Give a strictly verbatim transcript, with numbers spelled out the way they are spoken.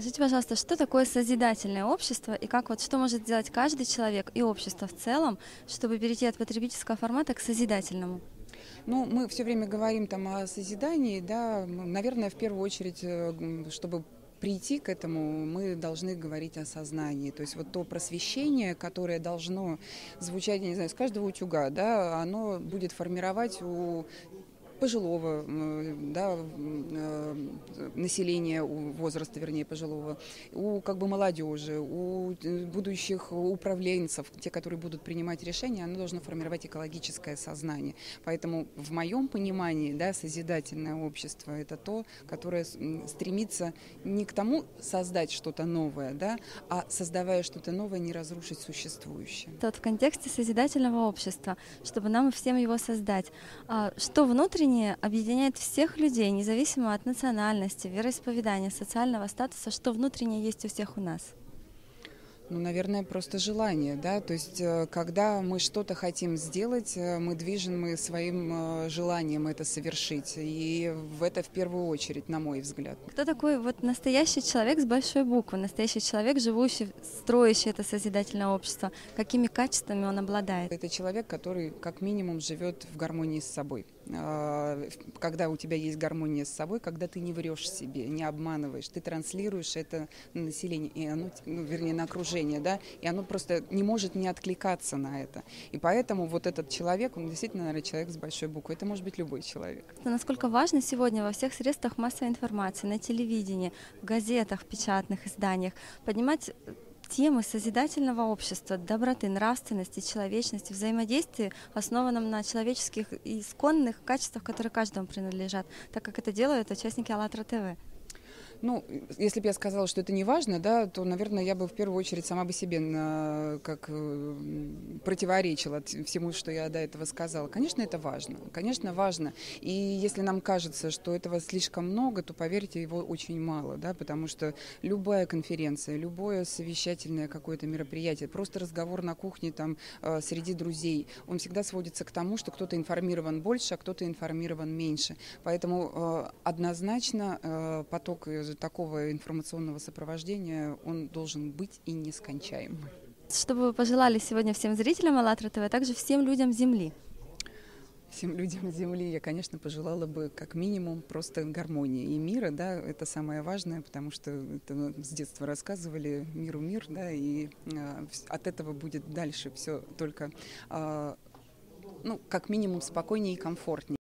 Скажите, пожалуйста, что такое созидательное общество и как вот что может сделать каждый человек и общество в целом, чтобы перейти от потребительского формата к созидательному? Ну, мы все время говорим там о созидании, да, м, наверное, в первую очередь, э, м, чтобы прийти к этому, мы должны говорить о сознании. То есть вот то просвещение, которое должно звучать, я не знаю, с каждого утюга, да, оно будет формировать у пожилого, м, да, м, э, населения, у возраста, вернее, пожилого, у как бы молодежи, у э, будущих управленцев, те, которые будут принимать решения, оно должно формировать экологическое сознание. Поэтому в моем понимании, да, созидательное общество – это то, которое с- м, стремится не к тому создать что-то новое, да, а создавая что-то новое, не разрушить существующее. Вот в контексте созидательного общества, чтобы нам всем его создать, а, что внутреннее объединяет всех людей, независимо от национальности, вероисповедания, социального статуса, что внутреннее есть у всех у нас? Ну, наверное, просто желание, да, то есть, э, когда мы что-то хотим сделать, э, мы движимы своим э, желанием это совершить, и в это в первую очередь, на мой взгляд. Кто такой вот настоящий человек с большой буквы, настоящий человек, живущий, строящий это созидательное общество? Какими качествами он обладает? Это человек, который как минимум живет в гармонии с собой. А, в- Когда у тебя есть гармония с собой, когда ты не врешь себе, не обманываешь, ты транслируешь это на население, и оно, т- ну, вернее, на окружение, да, и оно просто не может не откликаться на это. И поэтому вот этот человек, он действительно, наверное, человек с большой буквы. Это может быть любой человек. Что насколько важно сегодня во всех средствах массовой информации, на телевидении, в газетах, в печатных изданиях поднимать э, темы созидательного общества, доброты, нравственности, человечности, взаимодействия, основанном на человеческих и исконных качествах, которые каждому принадлежат, так как это делают участники АЛЛАТРА ТВ. Ну, если бы я сказала, что это не важно, да, то, наверное, я бы в первую очередь сама бы себе на, как э, противоречила т- всему, что я до этого сказала. Конечно, это важно. Конечно, важно. И если нам кажется, что этого слишком много, то, поверьте, его очень мало, да, потому что любая конференция, любое совещательное какое-то мероприятие, просто разговор на кухне там э, среди друзей, он всегда сводится к тому, что кто-то информирован больше, а кто-то информирован меньше. Поэтому э, однозначно э, поток из такого информационного сопровождения, он должен быть и нескончаемый. Что бы вы пожелали сегодня всем зрителям АЛЛАТРА ТВ, а также всем людям Земли? Всем людям Земли я, конечно, пожелала бы как минимум просто гармонии и мира, да, это самое важное, потому что это ну, с детства рассказывали миру мир, да, и э, от этого будет дальше все только, э, ну, как минимум спокойнее и комфортнее.